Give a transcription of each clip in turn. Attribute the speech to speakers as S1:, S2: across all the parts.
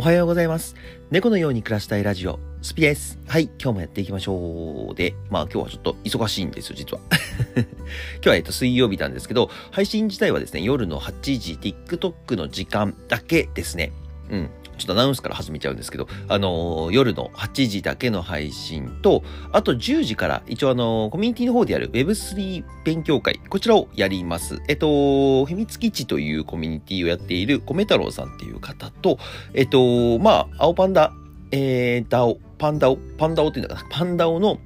S1: はようございます。猫のように暮らしたいラジオ、スピです。はい、今日もやっていきましょう。で、今日はちょっと忙しいんですよ、実は。今日は水曜日なんですけど、配信自体はですね、夜の8時、TikTok の時間だけですね。ちょっとアナウンスから始めちゃうんですけど、夜の8時だけの配信と、あと10時から一応コミュニティの方でやる Web3 勉強会、こちらをやります。秘密基地というコミュニティをやっている米太郎さんっていう方と、青パンダ、パンダオっていうのかな、パンダオの、ワ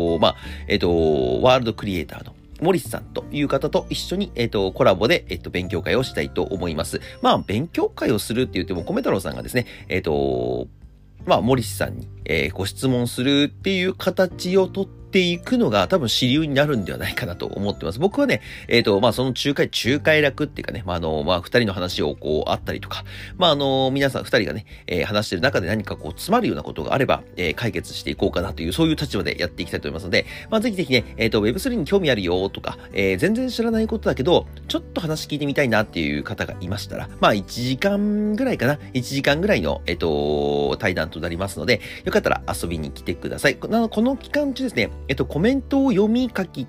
S1: ールドクリエイターのモリスさんという方と一緒に、コラボで、勉強会をしたいと思います。勉強会をするって言っても、米太郎さんがですね、モリスさんに、ご質問するっていう形をとっていくのが多分主流になるんではないかなと思ってます。僕はね、その仲介楽っていうかね、二人の話をあったりとか、皆さん二人がね、話してる中で何か詰まるようなことがあれば、解決していこうかなという、そういう立場でやっていきたいと思いますので、ぜひぜひね、Web3 に興味あるよとか、全然知らないことだけど、ちょっと話聞いてみたいなっていう方がいましたら、1時間ぐらいかな、1時間ぐらいの、対談となりますので、よかったら遊びに来てください。この期間中ですね、コメントを読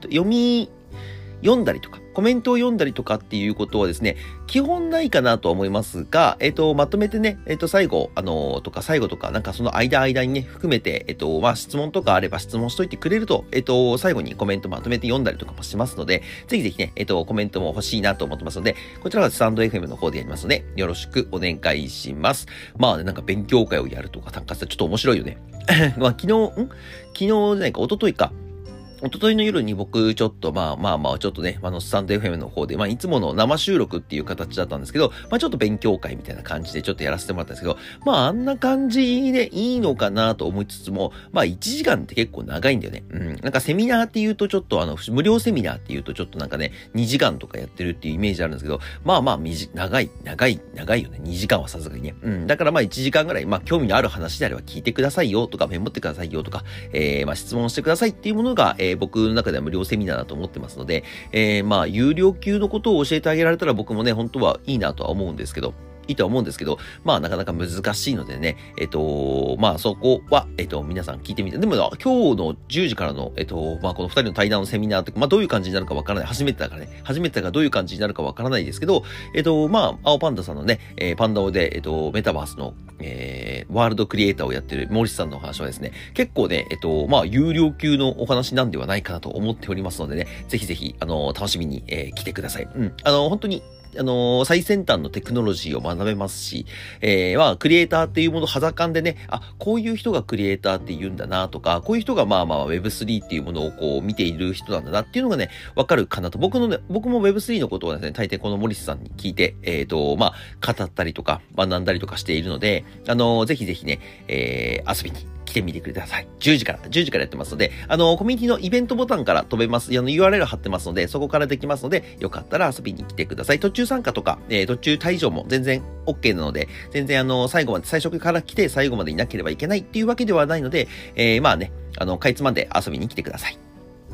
S1: んだりとか、コメントを読んだりとかっていうことはですね、基本ないかなとは思いますが、まとめてね、最後とか、なんかその間にね、含めて、質問とかあれば質問しといてくれると、最後にコメントまとめて読んだりとかもしますので、ぜひぜひね、コメントも欲しいなと思ってますので、こちらはスタンド FM の方でやりますので、よろしくお願いします。なんか勉強会をやるとか、参加したらちょっと面白いよね。昨日じゃないか、一昨日の夜に僕、ちょっとちょっとね、スタンド FM の方で、いつもの生収録っていう形だったんですけど、ちょっと勉強会みたいな感じでちょっとやらせてもらったんですけど、あんな感じでいいのかなと思いつつも、1時間って結構長いんだよね。なんかセミナーって言うとちょっと無料セミナーって言うとちょっとなんかね、2時間とかやってるっていうイメージあるんですけど、長いよね。2時間はさすがにね。だから1時間ぐらい、興味のある話であれば聞いてくださいよとか、メモってくださいよとか、質問してくださいっていうものが、僕の中では無料セミナーだと思ってますので、有料級のことを教えてあげられたら僕もね、本当はいいなとは思うんですけど、なかなか難しいのでね、そこは、皆さん聞いてみて。でも、今日の10時からの、この2人の対談のセミナーとか、どういう感じになるかわからない。初めてだからどういう感じになるかわからないですけど、青パンダさんのね、パンダオで、メタバースの、ワールドクリエイターをやってるモリスさんのお話はですね、結構ね、有料級のお話なんではないかなと思っておりますのでね、ぜひぜひ、楽しみに、来てください。本当に、最先端のテクノロジーを学べますし、クリエイターっていうもの肌感でね、こういう人がクリエイターって言うんだなとか、こういう人がWeb3 っていうものを見ている人なんだなっていうのがね、わかるかなと。僕も Web3 のことはですね、大抵このモリスさんに聞いて、語ったりとか、学んだりとかしているので、ぜひぜひね、遊びに来てみてください。10時からやってますので、コミュニティのイベントボタンから飛べます。URL 貼ってますので、そこからできますので、よかったら遊びに来てください。途中参加とか、途中退場も全然 OK なので、全然最初から来て最後までいなければいけないっていうわけではないので、かいつまんで遊びに来てください。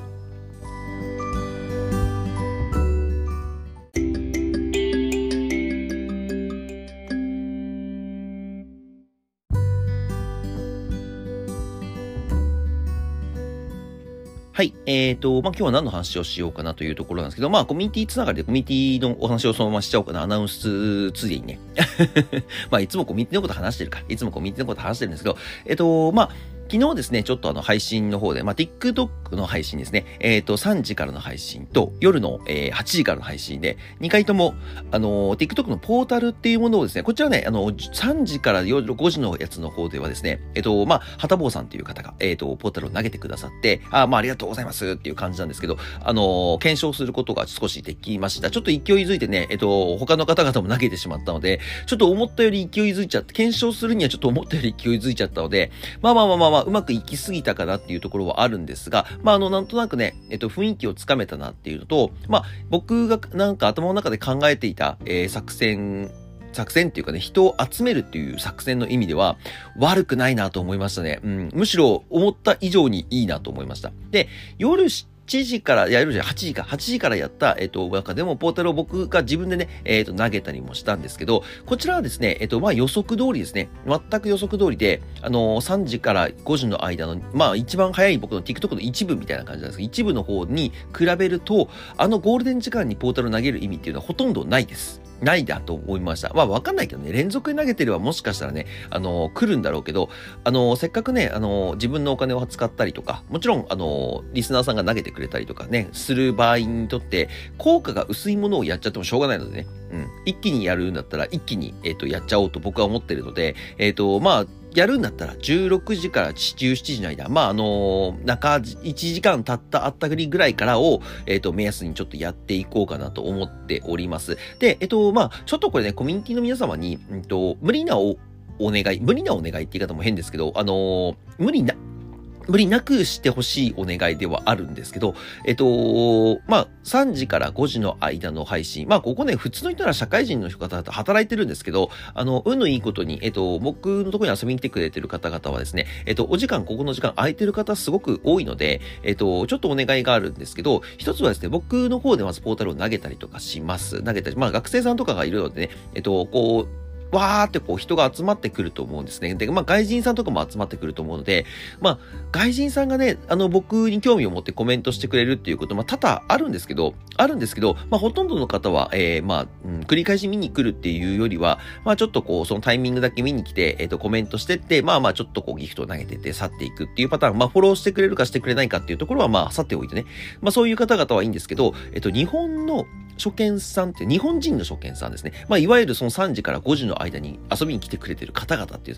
S1: はい。今日は何の話をしようかなというところなんですけど、コミュニティつながりでコミュニティのお話をそのまましちゃおうかな。アナウンスついでにね。いつもコミュニティのこと話してるんですけど、昨日ですね、ちょっと配信の方で、TikTok の配信ですね、3時からの配信と、夜の、8時からの配信で、2回とも、TikTok のポータルっていうものをですね、こちらね、3時から夜5時のやつの方ではですね、はたぼうさんっていう方が、ポータルを投げてくださって、ありがとうございますっていう感じなんですけど、検証することが少しできました。ちょっと勢いづいてね、他の方々も投げてしまったので、ちょっと思ったより勢いづいちゃって、検証するにはちょっと思ったより勢いづいちゃったので、うまくいきすぎたかなっていうところはあるんですが、なんとなくね、雰囲気をつかめたなっていうのと、僕がなんか頭の中で考えていた、作戦っていうかね、人を集めるっていう作戦の意味では悪くないなと思いましたね。むしろ思った以上にいいなと思いました。で、夜7 時からやるじゃん、8時か、8時からやった、中でもポータルを僕が自分でね、投げたりもしたんですけど、こちらはですね、まあ予測通りですね、全く予測通りで、3時から5時の間の、まあ一番早い僕の TikTok の一部みたいな感じなんですけど、一部の方に比べると、ゴールデン時間にポータルを投げる意味っていうのはほとんどないです。ないだと思いました。まあわかんないけどね、連続で投げてればもしかしたらね、来るんだろうけど、せっかくね、自分のお金を使ったりとか、もちろん、リスナーさんが投げてくれたりとかね、する場合にとって、効果が薄いものをやっちゃってもしょうがないのでね、一気にやるんだったら一気に、やっちゃおうと僕は思ってるので、まあ、やるんだったら16時から17時の間、まあ、1時間経ったあったぐらいからを、目安にちょっとやっていこうかなと思っております。で、まあ、ちょっとこれね、コミュニティの皆様に、無理なお願いって言い方も変ですけど、無理なくしてほしいお願いではあるんですけど、まあ、3時から5時の間の配信。まあ、ここね、普通の人なら社会人の方々働いてるんですけど、運のいいことに、僕のところに遊びに来てくれてる方々はですね、お時間、ここの時間空いてる方すごく多いので、ちょっとお願いがあるんですけど、一つはですね、僕の方でまずポータルを投げたりとかします。投げたり、まあ、学生さんとかがいるのでね、こう、わーってこう人が集まってくると思うんですね。で、まあ外人さんとかも集まってくると思うので、まあ外人さんがね、僕に興味を持ってコメントしてくれるっていうこと、まあ多々あるんですけど、まあほとんどの方は、まあ、繰り返し見に来るっていうよりは、まあちょっとこう、そのタイミングだけ見に来て、コメントしてって、まあまあちょっとこうギフトを投げてって去っていくっていうパターン、まあフォローしてくれるかしてくれないかっていうところはまあ去っておいてね。まあそういう方々はいいんですけど、日本の初見さんって日本人の初見さんですね。まあ、いわゆるその3時から5時の間に遊びに来てくれてる方々っていう、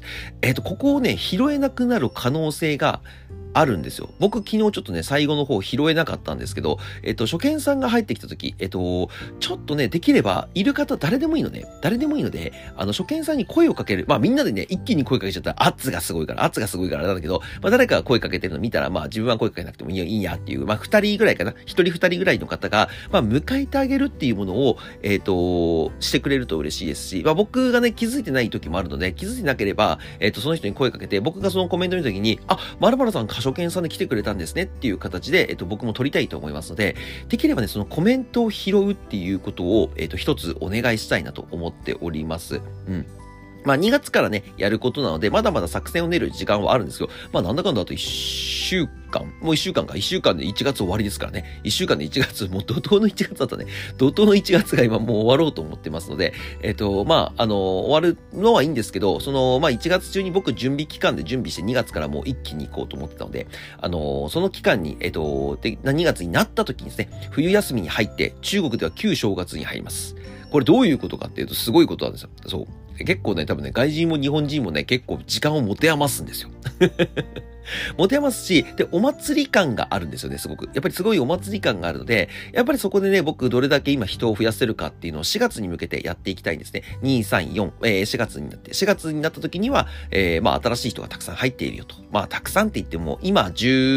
S1: ここをね、拾えなくなる可能性があるんですよ。僕昨日ちょっとね、最後の方拾えなかったんですけど、初見さんが入ってきた時、ちょっとね、できれば、いる方誰でもいいので、初見さんに声をかける。まあみんなでね、一気に声かけちゃったら圧がすごいからなんだけど、まあ誰かが声かけてるの見たら、まあ自分は声かけなくてもいいやっていう、まあ2人ぐらいかな。1人2人ぐらいの方が、まあ迎えてあげるっていうものを、してくれると嬉しいですし、まあ僕がね、気づいてない時もあるので、気づいてなければ、その人に声かけて、僕がそのコメントの時に、あ、〇〇さん初見さんで来てくれたんですねっていう形で、僕も撮りたいと思いますので、できればね、そのコメントを拾うっていうことを、一つお願いしたいなと思っております。うん。まあ2月からね、やることなので、まだまだ作戦を練る時間はあるんですけど、まあなんだかんだあと1週間、もう1週間か、1週間で1月終わりですからね。1週間で1月、もう怒涛の1月だったね。怒涛の1月が今もう終わろうと思ってますので、まあ、終わるのはいいんですけど、まあ1月中に僕準備期間で準備して2月からもう一気に行こうと思ってたので、その期間に、で、2月になった時にですね、冬休みに入って、中国では旧正月に入ります。これどういうことかっていうとすごいことなんですよ。そう。結構ね、多分ね、外人も日本人もね、結構時間を持て余すんですよ。持て余すし、で、お祭り感があるんですよね、すごく。やっぱりすごいお祭り感があるので、やっぱりそこでね、僕どれだけ今人を増やせるかっていうのを4月に向けてやっていきたいんですね。2、3、4、4月になって、4月になった時には、まあ新しい人がたくさん入っているよと。まあたくさんって言っても、今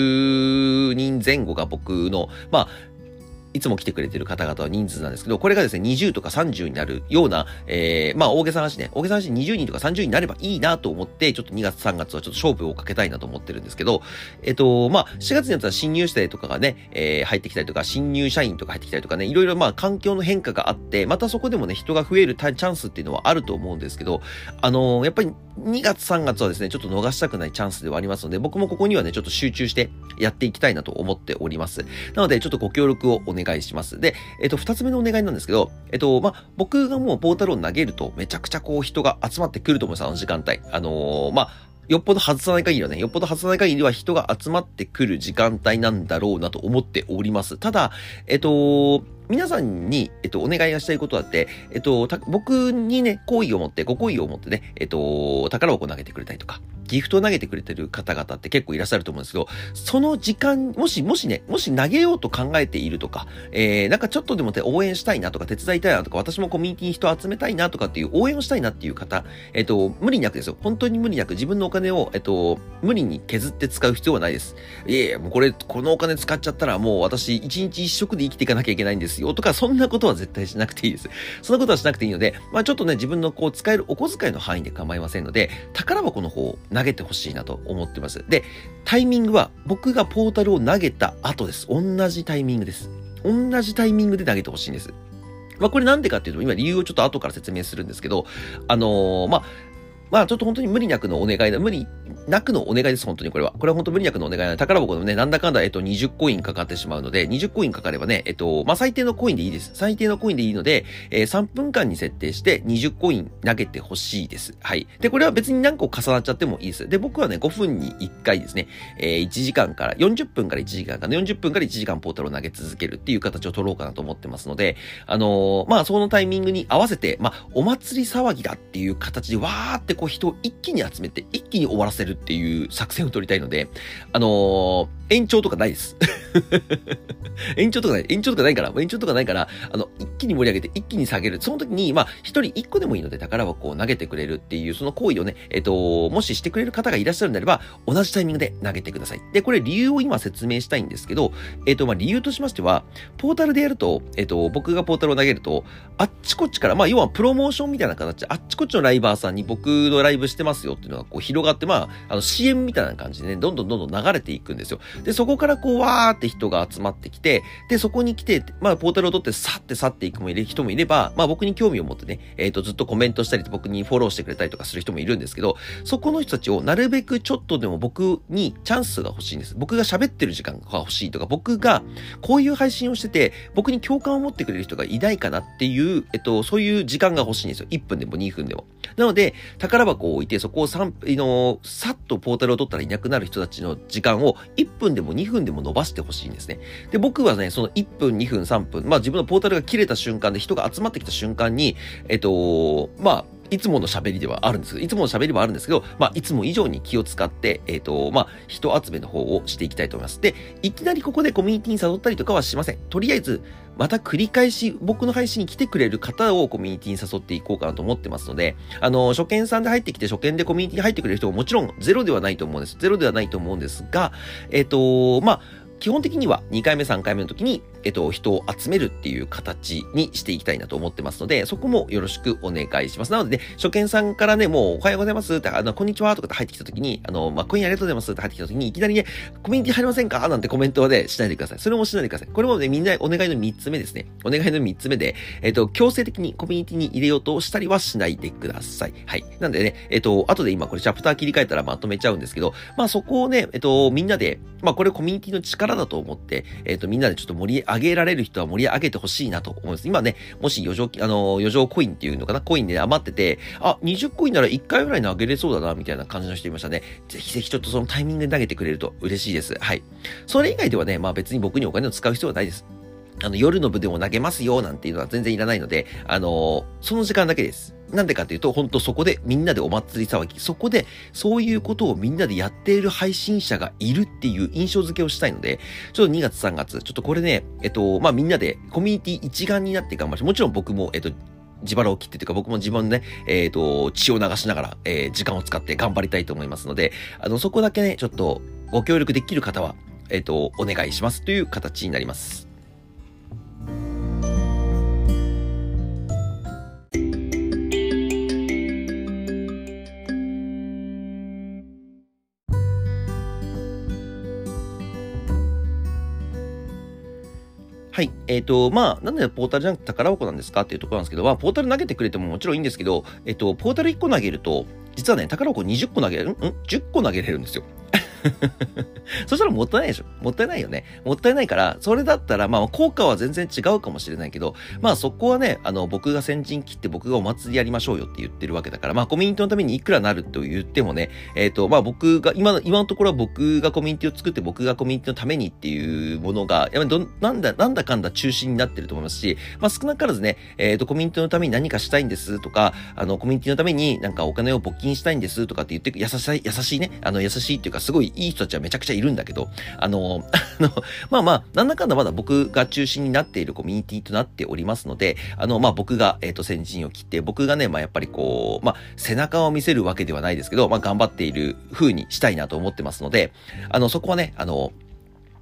S1: 10人前後が僕の、まあ、いつも来てくれてる方々は人数なんですけど、これがですね、20とか30になるような、まあ大げさな話ね、20人とか30人になればいいなと思って、ちょっと2月3月はちょっと勝負をかけたいなと思ってるんですけど、まあ4月になったら新入生とかがね、入ってきたりとか、新入社員とか入ってきたりとかね、いろいろまあ環境の変化があって、またそこでもね、人が増えるチャンスっていうのはあると思うんですけど、やっぱり2月3月はですね、ちょっと逃したくないチャンスではありますので、僕もここにはね、ちょっと集中してやっていきたいなと思っております。なので、ちょっとご協力をお願いします。で、二つ目のお願いなんですけど、まあ、僕がもうポータルを投げると、めちゃくちゃこう人が集まってくると思います、あの時間帯。まあ、よっぽど外さない限りはね、人が集まってくる時間帯なんだろうなと思っております。ただ、皆さんに、お願いがしたいことだって、僕にね、ご好意を持ってね、宝箱を投げてくれたりとか、ギフトを投げてくれてる方々って結構いらっしゃると思うんですけど、その時間、もし投げようと考えているとか、なんかちょっとでも応援したいなとか、手伝いたいなとか、私もコミュニティに人を集めたいなとかっていう応援をしたいなっていう方、無理なくですよ。本当に無理なく自分のお金を、無理に削って使う必要はないです。いやいや、もうこのお金使っちゃったらもう私一日一食で生きていかなきゃいけないんですよとか、そんなことは絶対しなくていいです。そんなことはしなくていいので、まあちょっとね、自分のこう使えるお小遣いの範囲で構いませんので、宝箱の方を投げてほしいなと思ってます。で、タイミングは僕がポータルを投げた後です。同じタイミングです。同じタイミングで投げてほしいんです。まあこれなんでかっていうと、今理由をちょっと後から説明するんですけど、まあちょっと本当に無理なくのお願いだ。無理なくのお願いです、本当にこれは。これは本当無理なくのお願いなので、宝箱のね、なんだかんだ、20コインかかってしまうので、20コインかかればね、まあ最低のコインでいいです。最低のコインでいいので、3分間に設定して20コイン投げてほしいです。はい。で、これは別に何個重なっちゃってもいいです。で、僕はね、5分に1回ですね、1時間から、40分から1時間かな、40分から1時間ポータルを投げ続けるっていう形を取ろうかなと思ってますので、まあそのタイミングに合わせて、まあお祭り騒ぎだっていう形でわーってこう人を一気に集めて一気に終わらせるっていう作戦を取りたいので、延長とかないです。延長とかないから、一気に盛り上げて一気に下げる。その時に、まあ、一人一個でもいいので宝箱を投げてくれるっていう、その行為をね、もししてくれる方がいらっしゃるんであれば、同じタイミングで投げてください。で、これ理由を今説明したいんですけど、まあ、理由としましては、ポータルでやると、僕がポータルを投げると、あっちこっちから、まあ、要はプロモーションみたいな形で、あっちこっちのライバーさんに僕のライブしてますよっていうのがこう広がって、まあ、CM みたいな感じでね、どんどん流れていくんですよ。で、そこからこう、わーって人が集まってきて、で、そこに来て、まあ、ポータルを取って去っていく人もいれば、まあ、僕に興味を持ってね、ずっとコメントしたり、僕にフォローしてくれたりとかする人もいるんですけど、そこの人たちをなるべくちょっとでも僕にチャンスが欲しいんです。僕が喋ってる時間が欲しいとか、僕がこういう配信をしてて、僕に共感を持ってくれる人がいないかなっていう、そういう時間が欲しいんですよ。1分でも2分でも。なので、宝箱を置いて、そこをさっとポータルを取ったらいなくなる人たちの時間を1分でも2分でも伸ばしてほしいんですね。で、僕はね、その1分、2分、3分、まあ自分のポータルが切れた瞬間で人が集まってきた瞬間に、まあ、いつもの喋りではあるんですけど、まあ、いつも以上に気を使って、まあ、人集めの方をしていきたいと思います。で、いきなりここでコミュニティに誘ったりとかはしません。とりあえず、また繰り返し、僕の配信に来てくれる方をコミュニティに誘っていこうかなと思ってますので、初見さんで入ってきて、初見でコミュニティに入ってくれる人ももちろんゼロではないと思うんです。が、まあ、基本的には2回目、3回目の時に、人を集めるっていう形にしていきたいなと思ってますので、そこもよろしくお願いします。なのでね、初見さんからね、もうおはようございますって、こんにちはとかって入ってきた時に、まあ、コインありがとうございますって入ってきた時に、いきなりね、コミュニティ入りませんかなんてコメントはね、しないでください。それもしないでください。これもね、みんなお願いの3つ目ですね。お願いの3つ目で、強制的にコミュニティに入れようとしたりはしないでください。はい。なんでね、後で今これチャプター切り替えたらまとめちゃうんですけど、まあ、そこをね、みんなで、まあ、これコミュニティの力だと思って、みんなでちょっと盛り上げられる人は盛り上げてほしいなと思います。今ね、もし余剰コインっていうのかな、コインで、ね、余ってて、20コインなら1回ぐらい投げれそうだな、みたいな感じの人いましたね。ぜひぜひちょっとそのタイミングで投げてくれると嬉しいです。はい。それ以外ではね、まあ別に僕にお金を使う必要はないです。夜の部でも投げますよ、なんていうのは全然いらないので、その時間だけです。なんでかっていうと、本当そこでみんなでお祭り騒ぎ、そこでそういうことをみんなでやっている配信者がいるっていう印象付けをしたいので、ちょっと2月3月、ちょっとこれね、まあみんなでコミュニティ一丸になって頑張る。もちろん僕も、自腹を切ってというか僕も自分でね、血を流しながら、時間を使って頑張りたいと思いますので、そこだけね、ちょっとご協力できる方は、お願いしますという形になります。はい。まあ、なんでポータルじゃなくて宝箱なんですかっていうところなんですけど、まあ、ポータル投げてくれてももちろんいいんですけど、ポータル1個投げると、実はね、宝箱20個投げれる、10個投げれるんですよ。そしたらもったいないでしょ。もったいないよね。もったいないから、それだったら、まあ、効果は全然違うかもしれないけど、まあ、そこはね、僕が先陣切って僕がお祭りやりましょうよって言ってるわけだから、まあ、コミュニティのためにいくらなると言ってもね、まあ、僕が、今のところは僕がコミュニティを作って僕がコミュニティのためにっていうものが、なんだかんだ中心になってると思いますし、まあ、少なからずね、コミュニティのために何かしたいんですとか、コミュニティのためになんかお金を募金したいんですとかって言って、優しいね、優しいっていうか、すごいいい人たちはめちゃくちゃいるんだけど、まあ、なんだかんだまだ僕が中心になっているコミュニティとなっておりますので、まあ僕が、先陣を切って、僕がね、まあやっぱりこう、まあ背中を見せるわけではないですけど、まあ頑張っている風にしたいなと思ってますので、そこはね、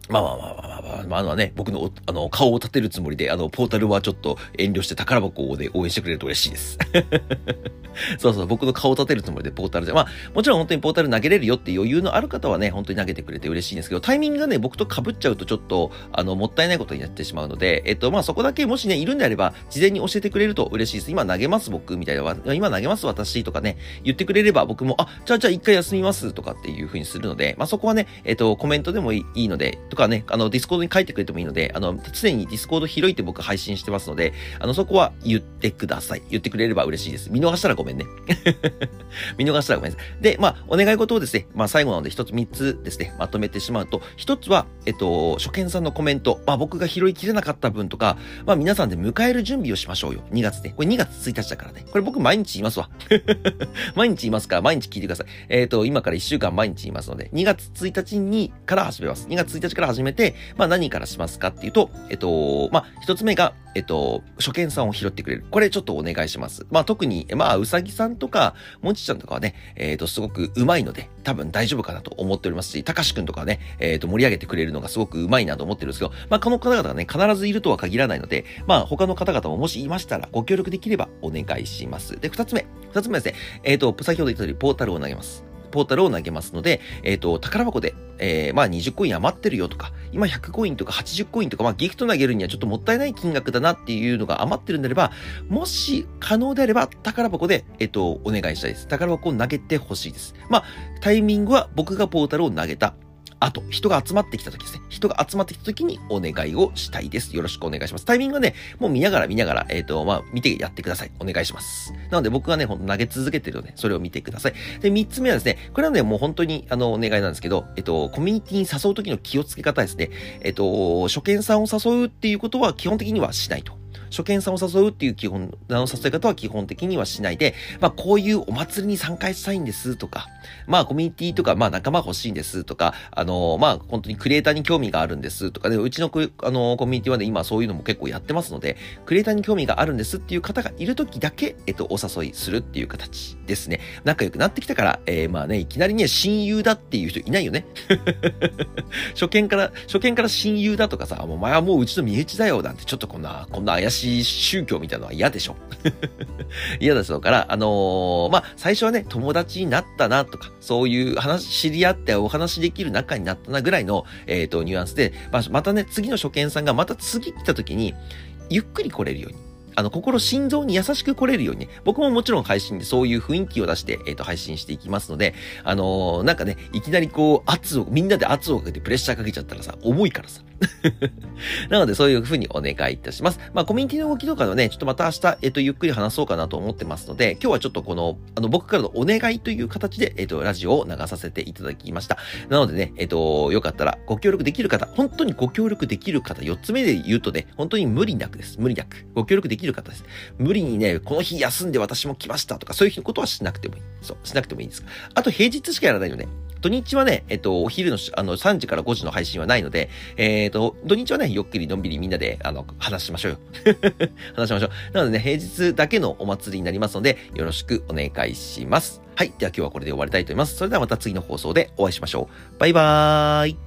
S1: 僕の、顔を立てるつもりで、ポータルはちょっと遠慮して宝箱で応援してくれると嬉しいです。そうそう、僕の顔を立てるつもりでポータルで。まあ、もちろん本当にポータル投げれるよって余裕のある方はね、本当に投げてくれて嬉しいんですけど、タイミングがね、僕と被っちゃうとちょっと、もったいないことになってしまうので、まあ、そこだけもしね、いるんであれば、事前に教えてくれると嬉しいです。今投げます僕みたいな、今投げます私とかね、言ってくれれば僕も、じゃあ一回休みますとかっていう風にするので、まあ、そこはね、コメントでもいいので、とかね、ディスコードに書いてくれてもいいので、常にディスコード開いて僕配信してますので、そこは言ってください。言ってくれれば嬉しいです。見逃したらごめんね。見逃したらごめんなさい。で、まあ、お願い事をですね、まあ、最後なので3つですね、まとめてしまうと、1つは、初見さんのコメント、まあ、僕が拾いきれなかった分とか、まあ、皆さんで迎える準備をしましょうよ。2月ね。これ2月1日だからね。これ僕毎日言いますわ。毎日言いますから、毎日聞いてください。今から1週間毎日言いますので、2月1日から始めます。2月1日から始めて、まあ、何からしますかっていうと、まあ、1つ目が、初見さんを拾ってくれる。これちょっとお願いします。まあ、特に、まあ、うさぎさんとか、もちちゃんとかはね、すごく上手いので、多分大丈夫かなと思っておりますし、たかしくんとかはね、盛り上げてくれるのがすごく上手いなと思ってるんですけど、まあ、この方々がね、必ずいるとは限らないので、まあ、他の方々ももしいましたら、ご協力できればお願いします。で、二つ目はですね、先ほど言った通り、ポータルを投げます。ポータルを投げますので、宝箱で、まあ20コイン余ってるよとか、今100コインとか80コインとか、まあギフト投げるにはちょっともったいない金額だなっていうのが余ってるんであれば、もし可能であれば宝箱で、お願いしたいです。宝箱を投げてほしいです。まあ、タイミングは僕がポータルを投げた。人が集まってきた時ですね。人が集まってきた時にお願いをしたいです。よろしくお願いします。タイミングはね、もう見ながら、まあ、見てやってください。お願いします。なので僕がね、ほんと投げ続けてるので、それを見てください。で、三つ目はですね、これはね、もう本当に、お願いなんですけど、コミュニティに誘う時の気をつけ方ですね。初見さんを誘うっていうことは基本的にはしないと。初見さんを誘うっていう誘い方は基本的にはしないで、まあこういうお祭りに参加したいんですとか、まあコミュニティとか、まあ仲間欲しいんですとか、まあ本当にクリエイターに興味があるんですとかね、うちのコミュニティはね、今そういうのも結構やってますので、クリエイターに興味があるんですっていう方がいるときだけ、お誘いするっていう形ですね。仲良くなってきたから、まあね、いきなりね、親友だっていう人いないよね。初見から親友だとかさ、お前はもううちの身内だよなんてちょっとこんな怪しい宗教みたいなのは嫌でしょ。嫌だそうから、まあ、最初はね、友達になったなとか、そういう知り合ってお話できる仲になったなぐらいの、ニュアンスで、またね、次の初見さんがまた次来た時に、ゆっくり来れるように。心臓に優しく来れるようにね、僕ももちろん配信でそういう雰囲気を出して、配信していきますので、なんかね、いきなりこう、みんなで圧をかけてプレッシャーかけちゃったらさ、重いからさ。なので、そういう風にお願いいたします。まあ、コミュニティの動きとかはね、ちょっとまた明日、ゆっくり話そうかなと思ってますので、今日はちょっとこの、僕からのお願いという形で、ラジオを流させていただきました。なのでね、よかったらご協力できる方、本当にご協力できる方、4つ目で言うとね、本当に無理なくです。無理なく。ご協力できる方です。無理にね、この日休んで私も来ましたとか、そういうことはしなくてもいい。そう、しなくてもいいです。あと、平日しかやらないのね。土日はね、お昼の3時から5時の配信はないので、土日はね、ゆっくりのんびりみんなで、話しましょうよ。話しましょう。なのでね、平日だけのお祭りになりますので、よろしくお願いします。はい。では今日はこれで終わりたいと思います。それではまた次の放送でお会いしましょう。バイバーイ。